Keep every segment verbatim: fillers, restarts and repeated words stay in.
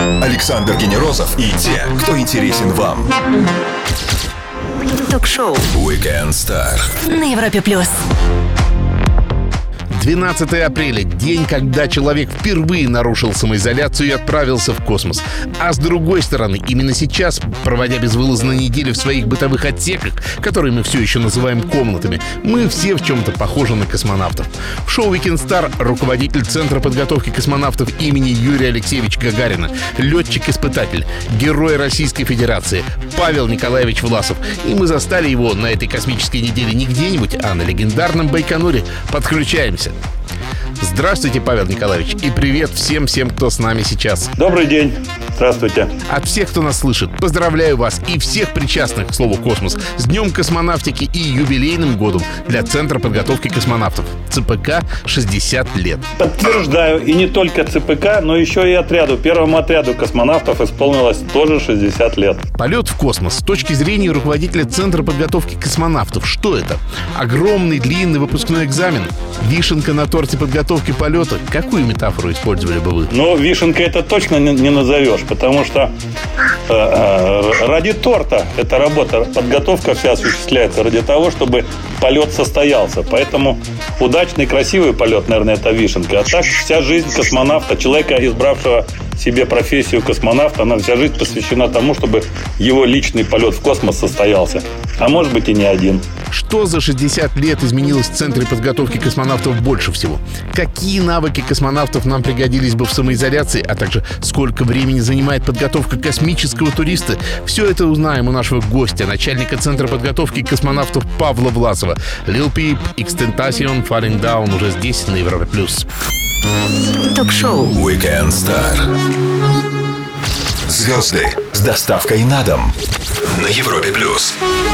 Александр Генерозов и те, кто интересен вам. Ток-шоу Weekend Star на Европе плюс. двенадцатое апреля – день, когда человек впервые нарушил самоизоляцию и отправился в космос. А с другой стороны, именно сейчас, проводя безвылазно неделю в своих бытовых отсеках, которые мы все еще называем комнатами, мы все в чем-то похожи на космонавтов. В шоу Weekend Star руководитель Центра подготовки космонавтов имени Юрия Алексеевича Гагарина, летчик-испытатель, герой Российской Федерации Павел Николаевич Власов. И мы застали его на этой космической неделе не где-нибудь, а на легендарном Байконуре. Подключаемся. Здравствуйте, Павел Николаевич, и привет всем-всем, кто с нами сейчас. Добрый день. Здравствуйте. От всех, кто нас слышит, поздравляю вас и всех причастных к слову «космос» с Днем космонавтики и юбилейным годом для Центра подготовки космонавтов. ЦПК шестьдесят лет. Подтверждаю, и не только ЦПК, но еще и отряду, первому отряду космонавтов исполнилось тоже шестьдесят лет. Полет в космос с точки зрения руководителя Центра подготовки космонавтов. Что это? Огромный длинный выпускной экзамен? Вишенка на торте подготовки полета? Какую метафору использовали бы вы? Ну, вишенкой это точно не, не назовешь, потому что э, э, ради торта эта работа, подготовка вся осуществляется ради того, чтобы полет состоялся. Поэтому удачный, красивый полет, наверное, это вишенка. А так вся жизнь космонавта, человека, избравшего себе профессию космонавта, она вся жизнь посвящена тому, чтобы его личный полет в космос состоялся. А может быть и не один. Что за шестьдесят лет изменилось в Центре подготовки космонавтов больше всего? Какие навыки космонавтов нам пригодились бы в самоизоляции, а также сколько времени занимает подготовка космического туриста? Все это узнаем у нашего гостя, начальника Центра подготовки космонавтов Павла Власова. Lil Peep, Extentation, Falling Down уже здесь, на Европе плюс. Ток-шоу Weekend Star. Звезды с доставкой на дом на Европе плюс.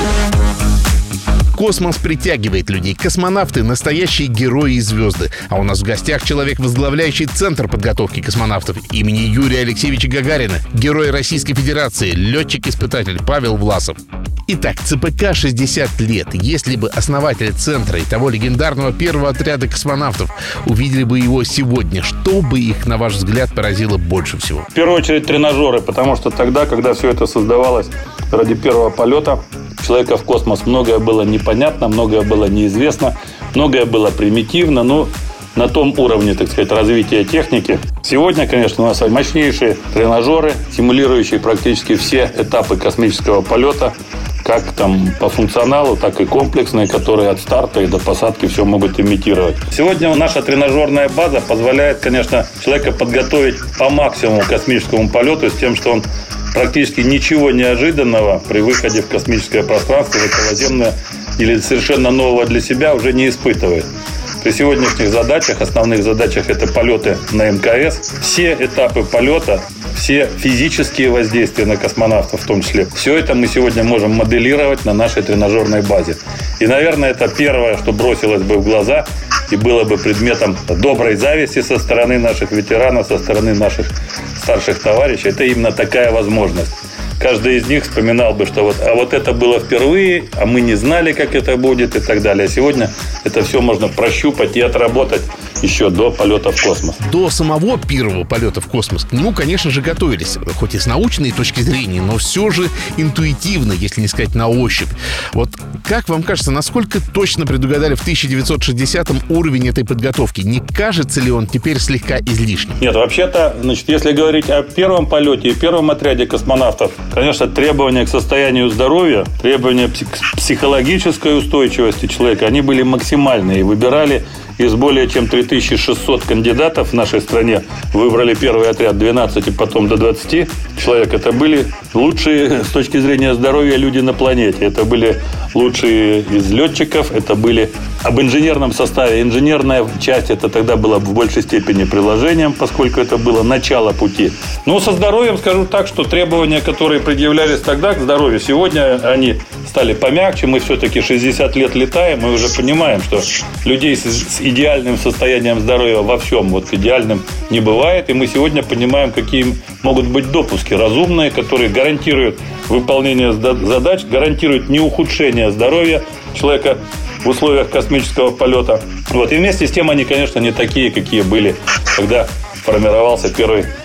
Космос притягивает людей. Космонавты — настоящие герои и звезды. А у нас в гостях человек, возглавляющий Центр подготовки космонавтов имени Юрия Алексеевича Гагарина, герой Российской Федерации, летчик-испытатель Павел Власов. Итак, ЦПК шестьдесят лет. Если бы основатели Центра и того легендарного первого отряда космонавтов увидели бы его сегодня, что бы их, на ваш взгляд, поразило больше всего? В первую очередь тренажеры, потому что тогда, когда все это создавалось ради первого полета человека в космос, многое было непонятно, многое было неизвестно, многое было примитивно, но на том уровне, так сказать, развития техники. Сегодня, конечно, у нас мощнейшие тренажеры, симулирующие практически все этапы космического полета, как там по функционалу, так и комплексные, которые от старта и до посадки все могут имитировать. Сегодня наша тренажерная база позволяет, конечно, человека подготовить по максимуму к космическому полету с тем, что он практически ничего неожиданного при выходе в космическое пространство, в околоземное или совершенно нового для себя уже не испытывает. При сегодняшних задачах, основных задачах это полеты на эм ка эс, все этапы полета, все физические воздействия на космонавтов в том числе, все это мы сегодня можем моделировать на нашей тренажерной базе. И, наверное, это первое, что бросилось бы в глаза и было бы предметом доброй зависти со стороны наших ветеранов, со стороны наших старших товарищей. Это именно такая возможность. Каждый из них вспоминал бы, что вот, а вот это было впервые, а мы не знали, как это будет и так далее. А сегодня это все можно прощупать и отработать еще до полета в космос. До самого первого полета в космос к нему, конечно же, готовились. Хоть и с научной точки зрения, но все же интуитивно, если не сказать на ощупь. Вот как вам кажется, насколько точно предугадали в тысяча девятьсот шестидесятом уровень этой подготовки? Не кажется ли он теперь слегка излишним? Нет, вообще-то, значит, если говорить о первом полете и первом отряде космонавтов, конечно, требования к состоянию здоровья, требования к психологической устойчивости человека, они были максимальные. И выбирали из более чем три тысячи шестьсот кандидатов в нашей стране, выбрали первый отряд двенадцать и потом до двадцати человек. Это были лучшие с точки зрения здоровья люди на планете. Это были лучшие из летчиков, это были об инженерном составе. Инженерная часть это тогда была в большей степени приложением, поскольку это было начало пути. Но со здоровьем скажу так, что требования, которые предъявлялись тогда к здоровью, сегодня они стали помягче. Мы все-таки шестьдесят лет летаем, мы уже понимаем, что людей с идеальным состоянием здоровья во всем вот идеальным не бывает. И мы сегодня понимаем, какие могут быть допуски разумные, которые гарантируют выполнение задач, гарантируют не ухудшение здоровья человека в условиях космического полета. Вот. И вместе с тем они, конечно, не такие, какие были, когда формировался первый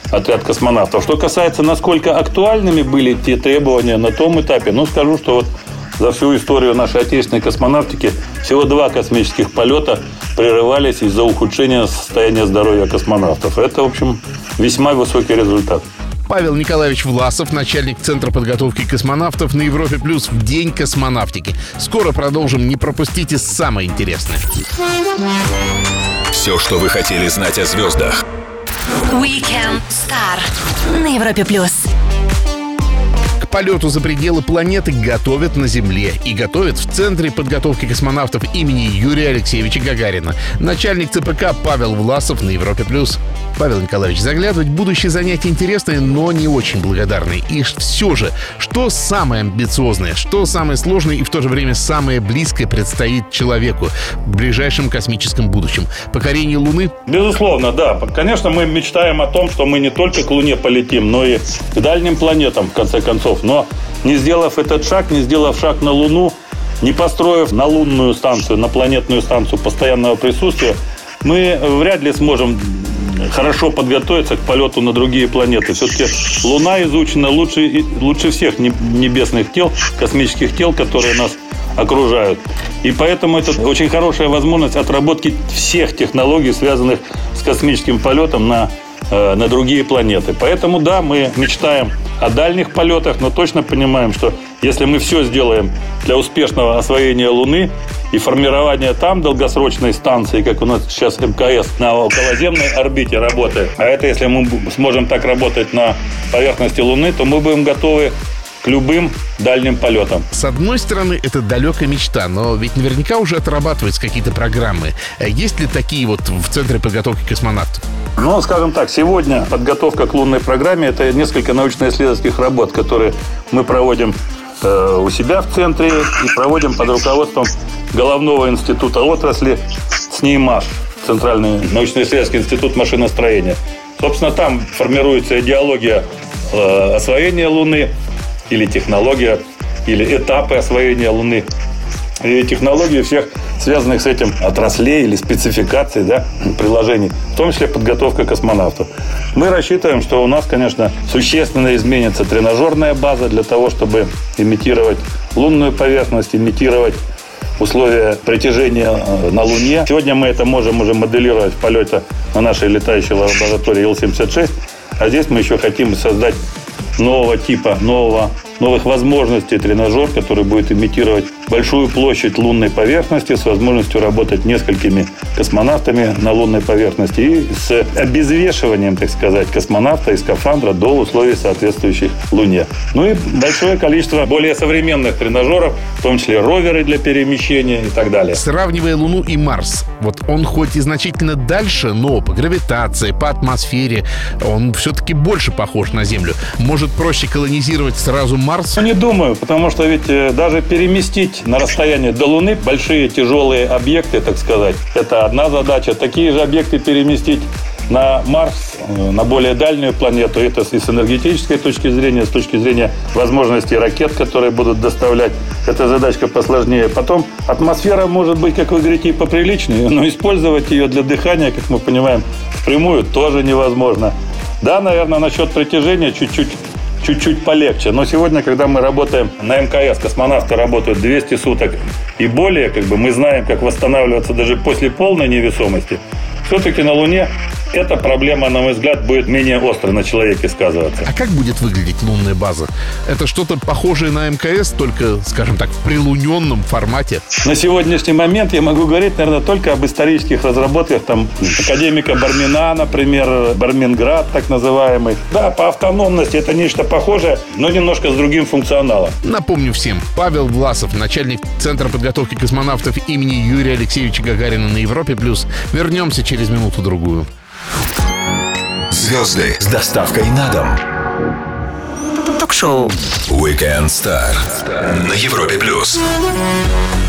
отряд космонавтов. Что касается, насколько актуальными были те требования на том этапе, ну, скажу, что вот за всю историю нашей отечественной космонавтики всего два космических полета прерывались из-за ухудшения состояния здоровья космонавтов. Это, в общем, весьма высокий результат. Павел Николаевич Власов, начальник Центра подготовки космонавтов на Европе Плюс в День космонавтики. Скоро продолжим, не пропустите самое интересное. Все, что вы хотели знать о звездах. Weekend Star на Европе Плюс. К полету за пределы планеты готовят на Земле. И готовят в Центре подготовки космонавтов имени Юрия Алексеевича Гагарина. Начальник ЦПК Павел Власов на Европе Плюс. Павел Николаевич, заглядывать в будущее занятия интересные, но не очень благодарные. И все же, что самое амбициозное, что самое сложное и в то же время самое близкое предстоит человеку в ближайшем космическом будущем? Покорение Луны? Безусловно, да. Конечно, мы мечтаем о том, что мы не только к Луне полетим, но и к дальним планетам, в конце концов. Но не сделав этот шаг, не сделав шаг на Луну, не построив на лунную станцию, на планетную станцию постоянного присутствия, мы вряд ли сможем хорошо подготовиться к полету на другие планеты. Все-таки Луна изучена лучше, лучше всех небесных тел, космических тел, которые нас окружают. И поэтому это очень хорошая возможность отработки всех технологий, связанных с космическим полетом на, э, на другие планеты. Поэтому, да, мы мечтаем о дальних полетах, но точно понимаем, что если мы все сделаем для успешного освоения Луны и формирования там долгосрочной станции, как у нас сейчас МКС на околоземной орбите работает, а это если мы сможем так работать на поверхности Луны, то мы будем готовы к любым дальним полетам. С одной стороны, это далекая мечта, но ведь наверняка уже отрабатываются какие-то программы. Есть ли такие вот в Центре подготовки космонавтов? Ну, скажем так, сегодня подготовка к лунной программе – это несколько научно-исследовательских работ, которые мы проводим э, у себя в Центре и проводим под руководством Головного института отрасли СНИИМАШ, Центральный научно-исследовательский институт машиностроения. Собственно, там формируется идеология э, освоения Луны, или технология, или этапы освоения Луны, и технологии всех связанных с этим отраслей или спецификаций, да, приложений, в том числе подготовка космонавтов. Мы рассчитываем, что у нас, конечно, существенно изменится тренажерная база для того, чтобы имитировать лунную поверхность, имитировать условия притяжения на Луне. Сегодня мы это можем уже моделировать в полете на нашей летающей лаборатории Ил семьдесят шесть, а здесь мы еще хотим создать нового типа, нового, новых возможностей тренажер, который будет имитировать большую площадь лунной поверхности с возможностью работать несколькими космонавтами на лунной поверхности и с обезвешиванием, так сказать, космонавта и скафандра до условий, соответствующих Луне. Ну и большое количество более современных тренажеров, в том числе роверы для перемещения и так далее. Сравнивая Луну и Марс, вот он хоть и значительно дальше, но по гравитации, по атмосфере он все-таки больше похож на Землю. Может, проще колонизировать сразу Марс? Ну, не думаю, потому что ведь даже переместить на расстояние до Луны большие тяжелые объекты, так сказать, это одна задача. Такие же объекты переместить на Марс, на более дальнюю планету, это и с энергетической точки зрения, с точки зрения возможностей ракет, которые будут доставлять, эта задачка посложнее. Потом атмосфера может быть, как вы говорите, и поприличнее, но использовать ее для дыхания, как мы понимаем, впрямую тоже невозможно. Да, наверное, насчет притяжения чуть-чуть чуть-чуть полегче. Но сегодня, когда мы работаем на МКС, космонавты работают двести суток и более, как бы мы знаем, как восстанавливаться даже после полной невесомости. Все-таки на Луне эта проблема, на мой взгляд, будет менее остро на человеке сказываться. А как будет выглядеть лунная база? Это что-то похожее на МКС, только, скажем так, в прилуненном формате? На сегодняшний момент я могу говорить, наверное, только об исторических разработках там академика Бармина, например, Барминград, так называемый. Да, по автономности это нечто похожее, но немножко с другим функционалом. Напомню всем, Павел Власов, начальник Центра подготовки космонавтов имени Юрия Алексеевича Гагарина на Европе Плюс. Вернемся через минуту-другую. Звезды с доставкой на дом. Ток-шоу Weekend Star на Европе Плюс.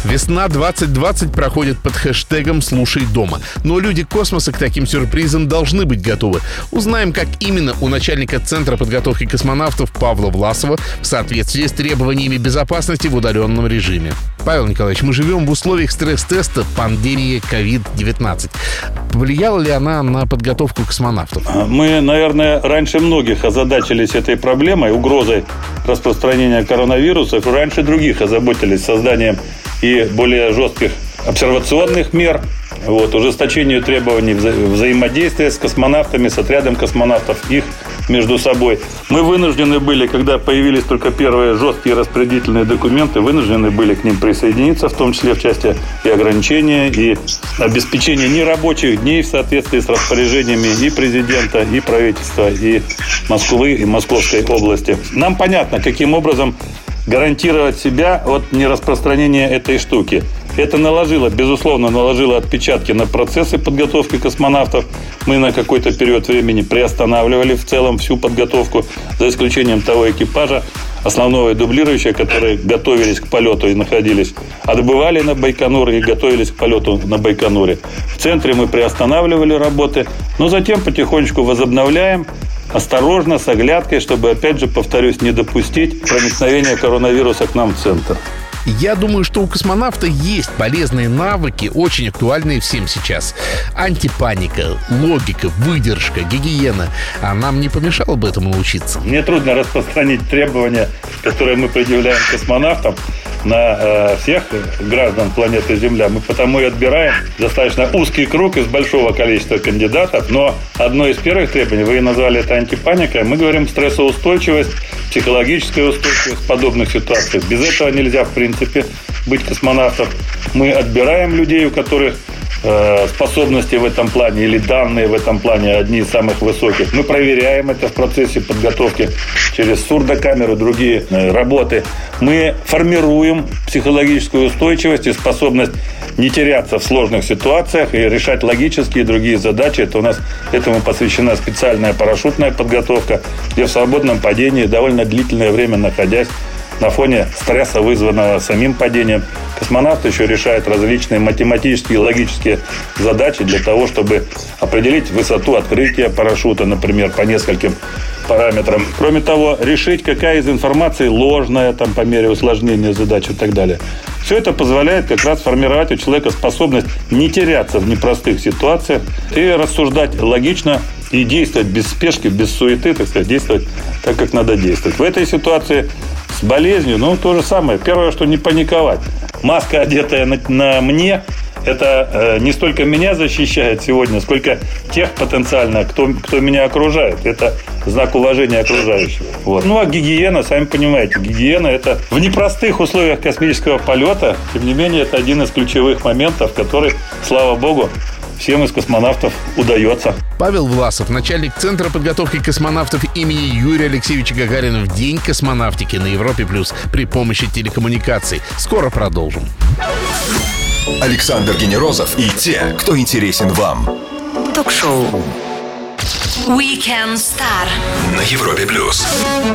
Весна двадцать двадцать проходит под хэштегом «Слушай дома». Но люди космоса к таким сюрпризам должны быть готовы. Узнаем, как именно у начальника Центра подготовки космонавтов Павла Власова в соответствии с требованиями безопасности в удаленном режиме. Павел Николаевич, мы живем в условиях стресс-теста пандемии ковид девятнадцать. Повлияла ли она на подготовку космонавтов? Мы, наверное, раньше многих озадачились этой проблемой, угрозой распространения коронавируса. Раньше других озаботились созданием и более жестких обсервационных мер, вот, ужесточению требований вза- взаимодействия с космонавтами, с отрядом космонавтов, их между собой. Мы вынуждены были, когда появились только первые жесткие распределительные документы, вынуждены были к ним присоединиться, в том числе в части и ограничения, и обеспечения нерабочих дней в соответствии с распоряжениями и президента, и правительства, и Москвы, и Московской области. Нам понятно, каким образом гарантировать себя от нераспространения этой штуки. Это наложило, безусловно, наложило отпечатки на процессы подготовки космонавтов. Мы на какой-то период времени приостанавливали в целом всю подготовку, за исключением того экипажа, основного и дублирующего, которые готовились к полету и находились, отбывали на Байконур и готовились к полету на Байконуре. В центре мы приостанавливали работы, но затем потихонечку возобновляем, осторожно, с оглядкой, чтобы, опять же, повторюсь, не допустить проникновения коронавируса к нам в центр. Я думаю, что у космонавта есть полезные навыки, очень актуальные всем сейчас. Антипаника, логика, выдержка, гигиена. А нам не помешало бы этому научиться? Мне трудно распространить требования, которые мы предъявляем космонавтам, на э, всех граждан планеты Земля. Мы потому и отбираем достаточно узкий круг из большого количества кандидатов. Но одно из первых требований, вы назвали это антипаникой, мы говорим стрессоустойчивость, психологическая устойчивость в подобных ситуациях. Без этого нельзя, в принципе, быть космонавтом. Мы отбираем людей, у которых э, способности в этом плане или данные в этом плане одни из самых высоких. Мы проверяем это в процессе подготовки через сурдокамеру, другие э, работы. Мы формируем психологическую устойчивость и способность не теряться в сложных ситуациях и решать логические и другие задачи. Это у нас этому посвящена специальная парашютная подготовка, где в свободном падении, довольно длительное время находясь на фоне стресса, вызванного самим падением, космонавт еще решает различные математические и логические задачи для того, чтобы определить высоту открытия парашюта, например, по нескольким параметрам. Кроме того, решить, какая из информации ложная, там, по мере усложнения задач и так далее. Все это позволяет как раз формировать у человека способность не теряться в непростых ситуациях и рассуждать логично и действовать без спешки, без суеты, так сказать, действовать так, как надо действовать. В этой ситуации с болезнью, ну, то же самое. Первое, что не паниковать. Маска, одетая на, на мне, это э, не столько меня защищает сегодня, сколько тех потенциально, кто, кто меня окружает. Это знак уважения окружающего. Вот. Ну, а гигиена, сами понимаете, гигиена – это в непростых условиях космического полета, тем не менее, это один из ключевых моментов, который, слава богу, всем из космонавтов удается. Павел Власов, начальник Центра подготовки космонавтов имени Юрия Алексеевича Гагарина в День космонавтики на Европе Плюс при помощи телекоммуникаций. Скоро продолжим. Александр Генерозов и те, кто интересен вам. Ток-шоу Weekend Star На Европе Плюс.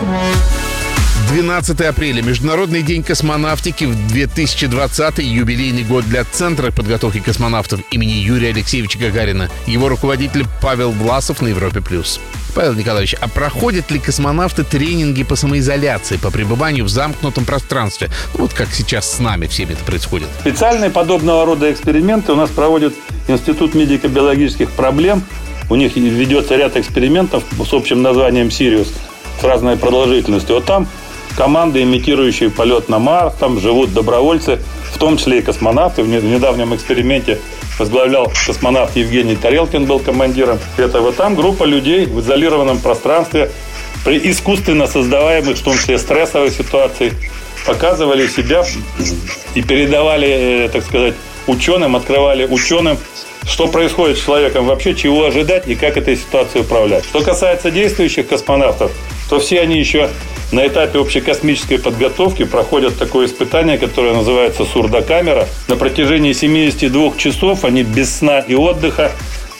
двенадцатое апреля. Международный день космонавтики в две тысячи двадцатый. Юбилейный год для Центра подготовки космонавтов имени Юрия Алексеевича Гагарина. Его руководитель Павел Власов на Европе+. Павел Николаевич, а проходят ли космонавты тренинги по самоизоляции, по пребыванию в замкнутом пространстве? Ну, вот как сейчас с нами всеми это происходит. Специальные подобного рода эксперименты у нас проводит Институт медико-биологических проблем. У них ведется ряд экспериментов с общим названием «Сириус» с разной продолжительностью. Вот там команды, имитирующие полет на Марс, там живут добровольцы, в том числе и космонавты. В недавнем эксперименте возглавлял космонавт Евгений Тарелкин, был командиром этого. Там группа людей в изолированном пространстве при искусственно создаваемых, в том числе стрессовой ситуации, показывали себя и передавали, так сказать, ученым, открывали ученым, что происходит с человеком вообще, чего ожидать и как этой ситуацией управлять. Что касается действующих космонавтов, то все они еще на этапе общекосмической подготовки проходят такое испытание, которое называется сурдокамера. На протяжении семидесяти двух часов они без сна и отдыха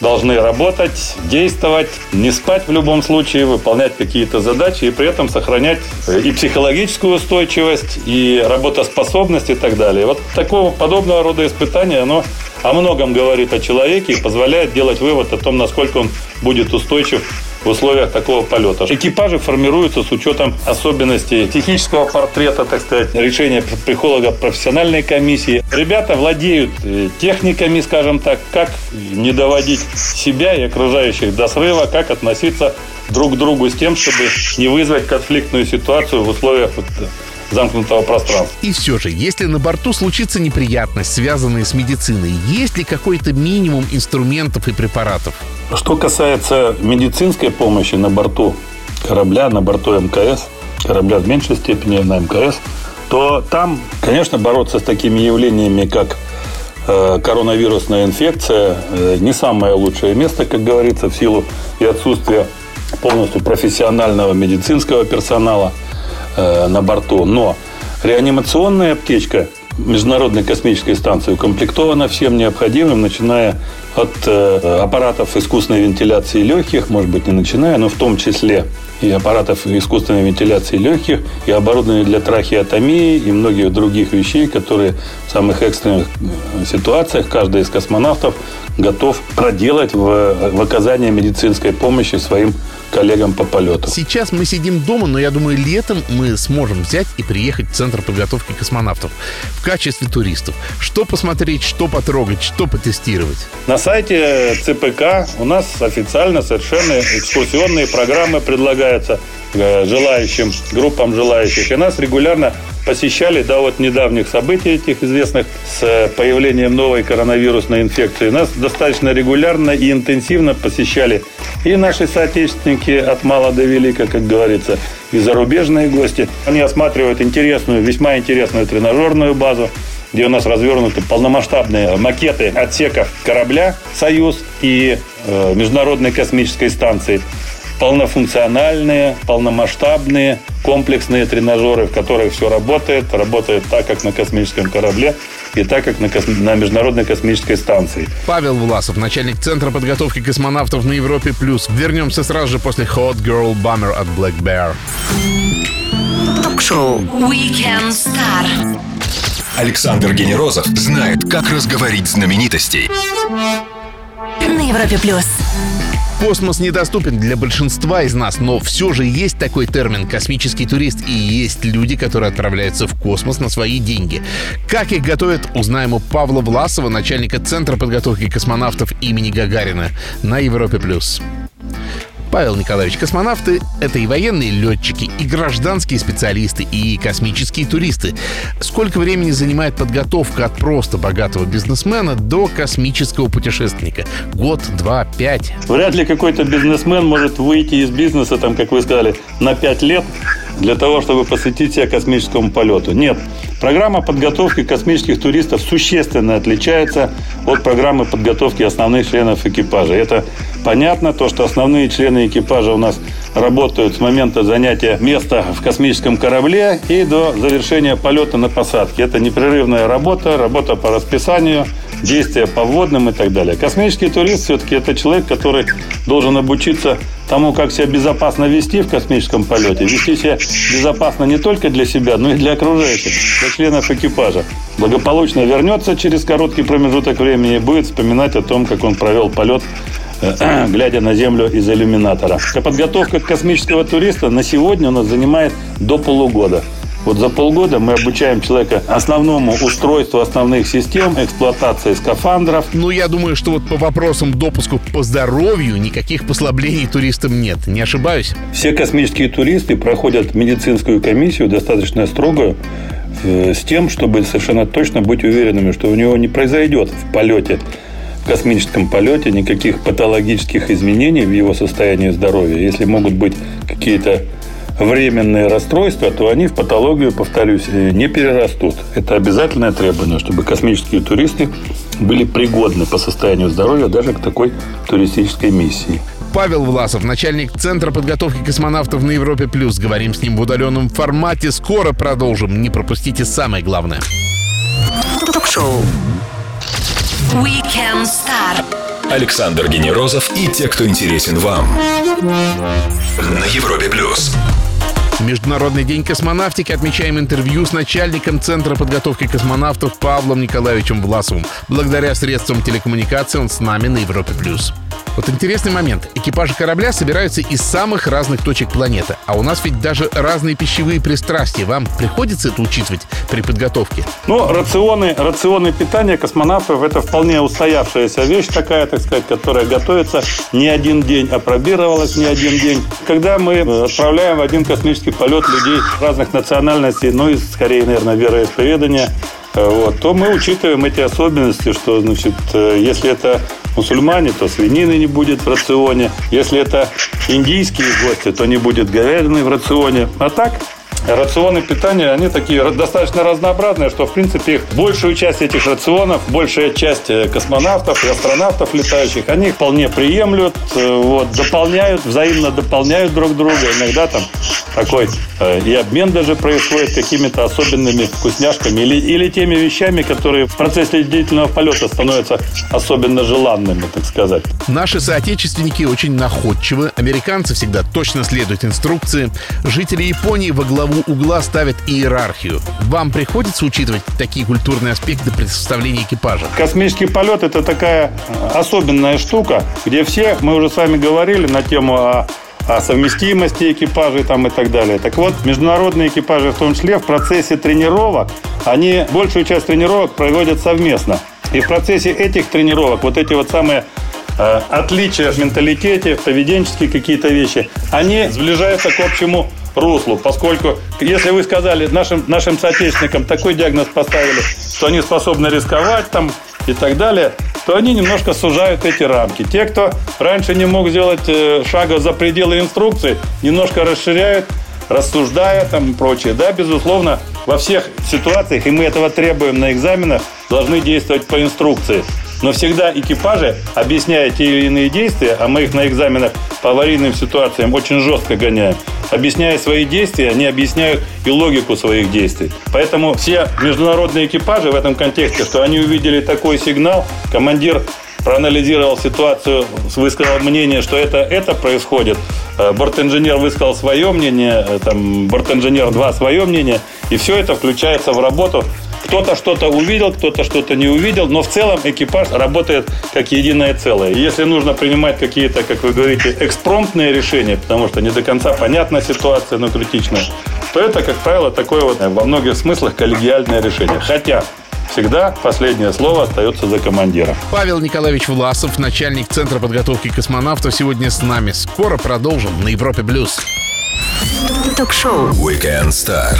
должны работать, действовать, не спать в любом случае, выполнять какие-то задачи и при этом сохранять и психологическую устойчивость, и работоспособность и так далее. Вот такого подобного рода испытания, оно о многом говорит о человеке и позволяет делать вывод о том, насколько он будет устойчив в условиях такого полета. Экипажи формируются с учетом особенностей технического портрета, так сказать, решения психолога профессиональной комиссии. Ребята владеют техниками, скажем так, как не доводить себя и окружающих до срыва, как относиться друг к другу с тем, чтобы не вызвать конфликтную ситуацию в условиях замкнутого пространства. И все же, если на борту случится неприятность, связанная с медициной, есть ли какой-то минимум инструментов и препаратов? Что касается медицинской помощи на борту корабля, на борту МКС, корабля в меньшей степени на МКС, то там, конечно, бороться с такими явлениями, как э, коронавирусная инфекция, э, не самое лучшее место, как говорится, в силу и отсутствия полностью профессионального медицинского персонала на борту. Но реанимационная аптечка Международной космической станции укомплектована всем необходимым, начиная от э, аппаратов искусственной вентиляции легких, может быть, не начиная, но в том числе и аппаратов искусственной вентиляции легких, и оборудования для трахеотомии, и многих других вещей, которые в самых экстренных ситуациях каждый из космонавтов готов проделать в, в оказании медицинской помощи своим коллегам по полету. Сейчас мы сидим дома, но я думаю, летом мы сможем взять и приехать в Центр подготовки космонавтов в качестве туристов. Что посмотреть, что потрогать, что потестировать? На сайте ЦПК у нас официально совершенно экскурсионные программы предлагаются желающим, группам желающих. И нас регулярно посещали до вот недавних событий этих известных с появлением новой коронавирусной инфекции. Нас достаточно регулярно и интенсивно посещали и наши соотечественники от мала до велика, как говорится, и зарубежные гости. Они осматривают интересную, весьма интересную тренажерную базу, где у нас развернуты полномасштабные макеты отсеков корабля «Союз» и э, Международной космической станции. Полнофункциональные, полномасштабные, комплексные тренажеры, в которых все работает, работает так, как на космическом корабле, и так, как на, кос... на Международной космической станции. Павел Власов, начальник Центра подготовки космонавтов на Европе+. Вернемся сразу же после Hot Girl Bummer от Black Bear. Ток-шоу Weekend Star. Александр Генерозов знает, как разговорить знаменитостей. На Европе+. Космос недоступен для большинства из нас, но все же есть такой термин «космический турист», и есть люди, которые отправляются в космос на свои деньги. Как их готовят, узнаем у Павла Власова, начальника Центра подготовки космонавтов имени Гагарина на Европе+. Павел Николаевич, космонавты — это и военные летчики, и гражданские специалисты, и космические туристы. Сколько времени занимает подготовка от просто богатого бизнесмена до космического путешественника? Год, два, пять? Вряд ли какой-то бизнесмен может выйти из бизнеса, там, как вы сказали, на пять лет для того, чтобы посвятить себя космическому полету. Нет. Программа подготовки космических туристов существенно отличается от программы подготовки основных членов экипажа. Это понятно, то, что основные члены экипажа у нас работают с момента занятия места в космическом корабле и до завершения полета на посадке. Это непрерывная работа, работа по расписанию, действия по вводным и так далее. Космический турист все-таки это человек, который должен обучиться тому, как себя безопасно вести в космическом полете. Вести себя безопасно не только для себя, но и для окружающих, для членов экипажа. Благополучно вернется через короткий промежуток времени и будет вспоминать о том, как он провел полет, глядя на Землю из иллюминатора. Подготовка космического туриста на сегодня у нас занимает до полугода. Вот за полгода мы обучаем человека основному устройству основных систем, эксплуатации скафандров. Ну, я думаю, что вот по вопросам допуску по здоровью никаких послаблений туристам нет. Не ошибаюсь? Все космические туристы проходят медицинскую комиссию, достаточно строгую, с тем, чтобы совершенно точно быть уверенными, что у него не произойдет в полете, в космическом полете никаких патологических изменений в его состоянии здоровья. Если могут быть какие-то временные расстройства, то они в патологию, повторюсь, не перерастут. Это обязательное требование, чтобы космические туристы были пригодны по состоянию здоровья даже к такой туристической миссии. Павел Власов, начальник Центра подготовки космонавтов на Европе+. Говорим с ним в удаленном формате. Скоро продолжим. Не пропустите самое главное. Ток-шоу Weekend Star Александр Генерозов и те, кто интересен вам. На Европе плюс. Международный день космонавтики отмечаем интервью с начальником Центра подготовки космонавтов Павлом Николаевичем Власовым. Благодаря средствам телекоммуникации он с нами на Европе плюс. Вот интересный момент. Экипажи корабля собираются из самых разных точек планеты. А у нас ведь даже разные пищевые пристрастия. Вам приходится это учитывать при подготовке? Ну, рационы, рационы питания космонавтов – это вполне устоявшаяся вещь такая, так сказать, которая готовится не один день, апробировалась не один день. Когда мы отправляем в один космический полет людей разных национальностей, ну и, скорее, наверное, вероисповедания, вот, то мы учитываем эти особенности, что, значит, если это мусульмане, то свинины не будет в рационе. Если это индийские гости, то не будет говядины в рационе. А так, рационы питания, они такие достаточно разнообразные, что, в принципе, их, большую часть этих рационов, большая часть космонавтов и астронавтов летающих, они их вполне приемлют, вот, дополняют, взаимно дополняют друг друга. Иногда там такой э, и обмен даже происходит какими-то особенными вкусняшками или, или теми вещами, которые в процессе длительного полета становятся особенно желанными, так сказать. Наши соотечественники очень находчивы. Американцы всегда точно следуют инструкции. Жители Японии во главу угла ставят иерархию. Вам приходится учитывать такие культурные аспекты при составлении экипажа? Космический полет – это такая особенная штука, где все, мы уже с вами говорили на тему о, о совместимости экипажей там, и так далее. Так вот, международные экипажи, в том числе в процессе тренировок, они большую часть тренировок проводят совместно. И в процессе этих тренировок, вот эти вот самые э, отличия в менталитете, поведенческие какие-то вещи, они сближаются к общему руслу, поскольку, если вы сказали нашим, нашим соотечественникам, такой диагноз поставили, что они способны рисковать там и так далее, то они немножко сужают эти рамки. Те, кто раньше не мог сделать э, шага за пределы инструкции, немножко расширяют, рассуждая там и прочее. Да, безусловно, во всех ситуациях, и мы этого требуем на экзаменах, должны действовать по инструкции. Но всегда экипажи, объясняя те или иные действия, а мы их на экзаменах по аварийным ситуациям очень жестко гоняем, объясняя свои действия, они объясняют и логику своих действий. Поэтому все международные экипажи в этом контексте, что они увидели такой сигнал, командир проанализировал ситуацию, высказал мнение, что это, это происходит. Бортинженер высказал свое мнение, там, бортинженер два свое мнение, и все это включается в работу. Кто-то что-то увидел, кто-то что-то не увидел, но в целом экипаж работает как единое целое. И если нужно принимать какие-то, как вы говорите, экспромтные решения, потому что не до конца понятна ситуация, но критичная, то это, как правило, такое вот во многих смыслах коллегиальное решение. Хотя всегда последнее слово остается за командиром. Павел Николаевич Власов, начальник Центра подготовки космонавтов, сегодня с нами. Скоро продолжим на Европе плюс. Ток-шоу Weekend Star.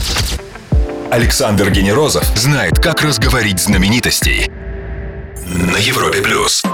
Александр Генерозов знает, как разговорить знаменитостей. На Европе плюс.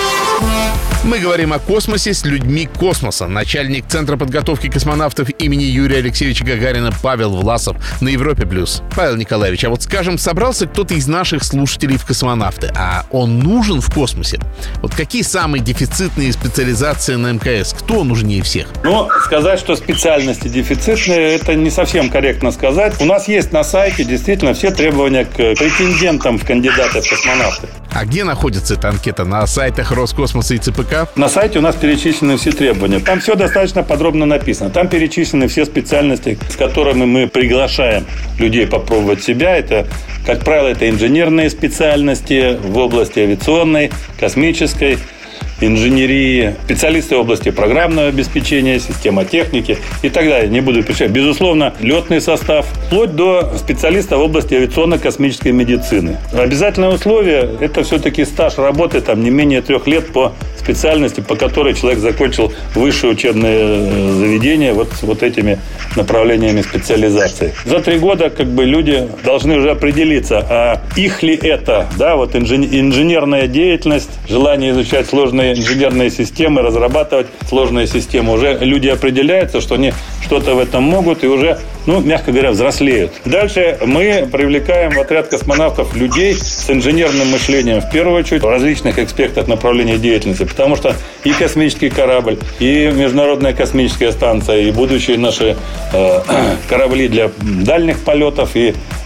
Мы говорим о космосе с людьми космоса. Начальник Центра подготовки космонавтов имени Юрия Алексеевича Гагарина Павел Власов на Европе плюс. Павел Николаевич, а вот скажем, собрался кто-то из наших слушателей в космонавты, а он нужен в космосе? Вот какие самые дефицитные специализации на МКС? Кто нужнее всех? Ну, сказать, что специальности дефицитные, это не совсем корректно сказать. У нас есть на сайте действительно все требования к претендентам в кандидаты в космонавты. А где находится эта анкета? На сайтах Роскосмоса и ЦПК? На сайте у нас перечислены все требования. Там все достаточно подробно написано. Там перечислены все специальности, с которыми мы приглашаем людей попробовать себя. Это, как правило, это инженерные специальности в области авиационной, космической, инженерии, специалисты в области программного обеспечения, система техники и так далее. Не буду перечислять. Безусловно, летный состав, вплоть до специалиста в области авиационно-космической медицины. Обязательное условие – это все-таки стаж работы там, не менее трех лет по специальности, по которой человек закончил высшее учебное заведение вот, вот этими направлениями специализации. За три года как бы люди должны уже определиться, а их ли это, да, вот инженерная деятельность, желание изучать сложные инженерные системы, разрабатывать сложные системы. Уже люди определяются, что они что-то в этом могут и уже, ну, мягко говоря, взрослеют. Дальше мы привлекаем в отряд космонавтов людей с инженерным мышлением, в первую очередь, в различных аспектах направления деятельности, потому что и космический корабль, и Международная космическая станция, и будущие наши э, корабли для дальних полетов, и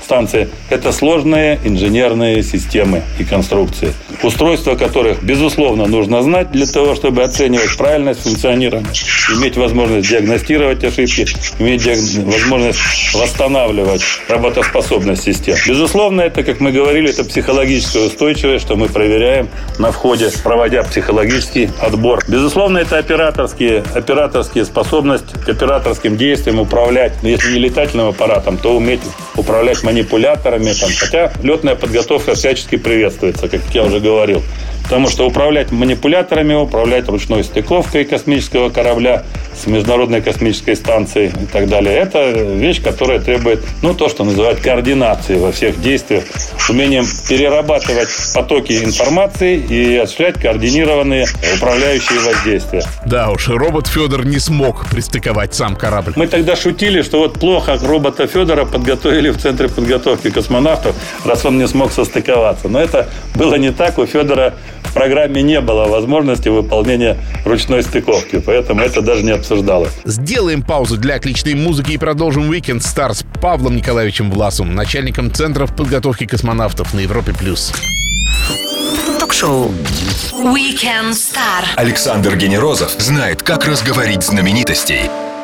станции – это сложные инженерные системы и конструкции, устройства которых, безусловно, нужно знать для того, чтобы оценивать правильность функционирования, иметь возможность диагностировать ошибки, иметь возможность восстанавливать работоспособность систем. Безусловно, это, как мы говорили, это психологическая устойчивость, что мы проверяем на входе, проводя психологический отбор. Безусловно, это операторские, операторские способности к операторским действиям управлять, если не летательным аппаратом, то уметь управлять манипуляторами. Там. Хотя летная подготовка всячески приветствуется, как я уже говорил. Потому что управлять манипуляторами, управлять ручной стыковкой космического корабля с Международной космической станцией и так далее, это вещь, которая требует, ну, то, что называют координацией во всех действиях, умением перерабатывать потоки информации и осуществлять координированные управляющие воздействия. Да уж, робот Федор не смог пристыковать сам корабль. Мы тогда шутили, что вот плохо робота Федора подготовили в Центре подготовки космонавтов, раз он не смог состыковаться. Но это было не так. У Федора в программе не было возможности выполнения ручной стыковки, поэтому это даже не обсуждалось. Сделаем паузу для отличной музыки и продолжим Weekend Star с Павлом Николаевичем Власовым, начальником Центров подготовки космонавтов на Европе плюс. Ток-шоу Weekend Star. Александр Генерозов знает, как разговорить знаменитостей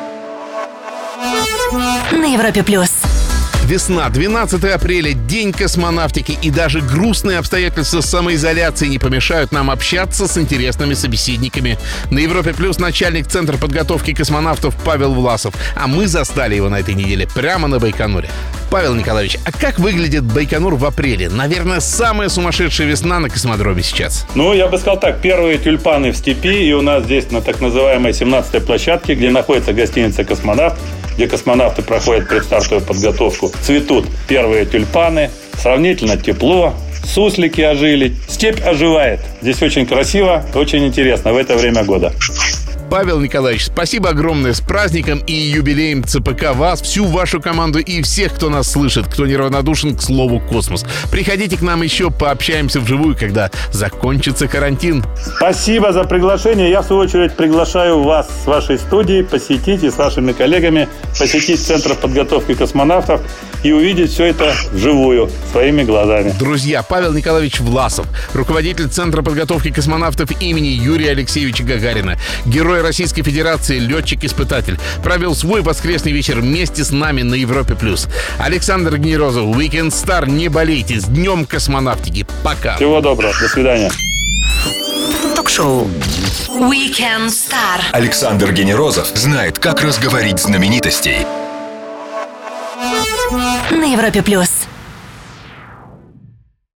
на Европе плюс. Весна, двенадцатое апреля, день космонавтики, и даже грустные обстоятельства самоизоляции не помешают нам общаться с интересными собеседниками. На Европе плюс начальник Центра подготовки космонавтов Павел Власов, а мы застали его на этой неделе прямо на Байконуре. Павел Николаевич, а как выглядит Байконур в апреле? Наверное, самая сумасшедшая весна на космодроме сейчас. Ну, я бы сказал так, первые тюльпаны в степи, и у нас здесь на так называемой семнадцатой площадке, где находится гостиница «Космонавт», где космонавты проходят предстартовую подготовку, цветут первые тюльпаны, сравнительно тепло, суслики ожили, степь оживает. Здесь очень красиво, очень интересно в это время года. Павел Николаевич, спасибо огромное, с праздником и юбилеем ЦПК вас, всю вашу команду и всех, кто нас слышит, кто неравнодушен к слову «космос». Приходите к нам еще, пообщаемся вживую, когда закончится карантин. Спасибо за приглашение. Я, в свою очередь, приглашаю вас с вашей студии посетить и с вашими коллегами посетить Центр подготовки космонавтов и увидеть все это вживую, своими глазами. Друзья, Павел Николаевич Власов, руководитель Центра подготовки космонавтов имени Юрия Алексеевича Гагарина, герой Российской Федерации, летчик-испытатель, провел свой воскресный вечер вместе с нами на Европе плюс. Александр Генерозов, Weekend Star, не болейте, с днем космонавтики. Пока. Всего доброго, до свидания. Ток-шоу Weekend Star. Александр Генерозов знает, как разговорить знаменитостей на Европе плюс.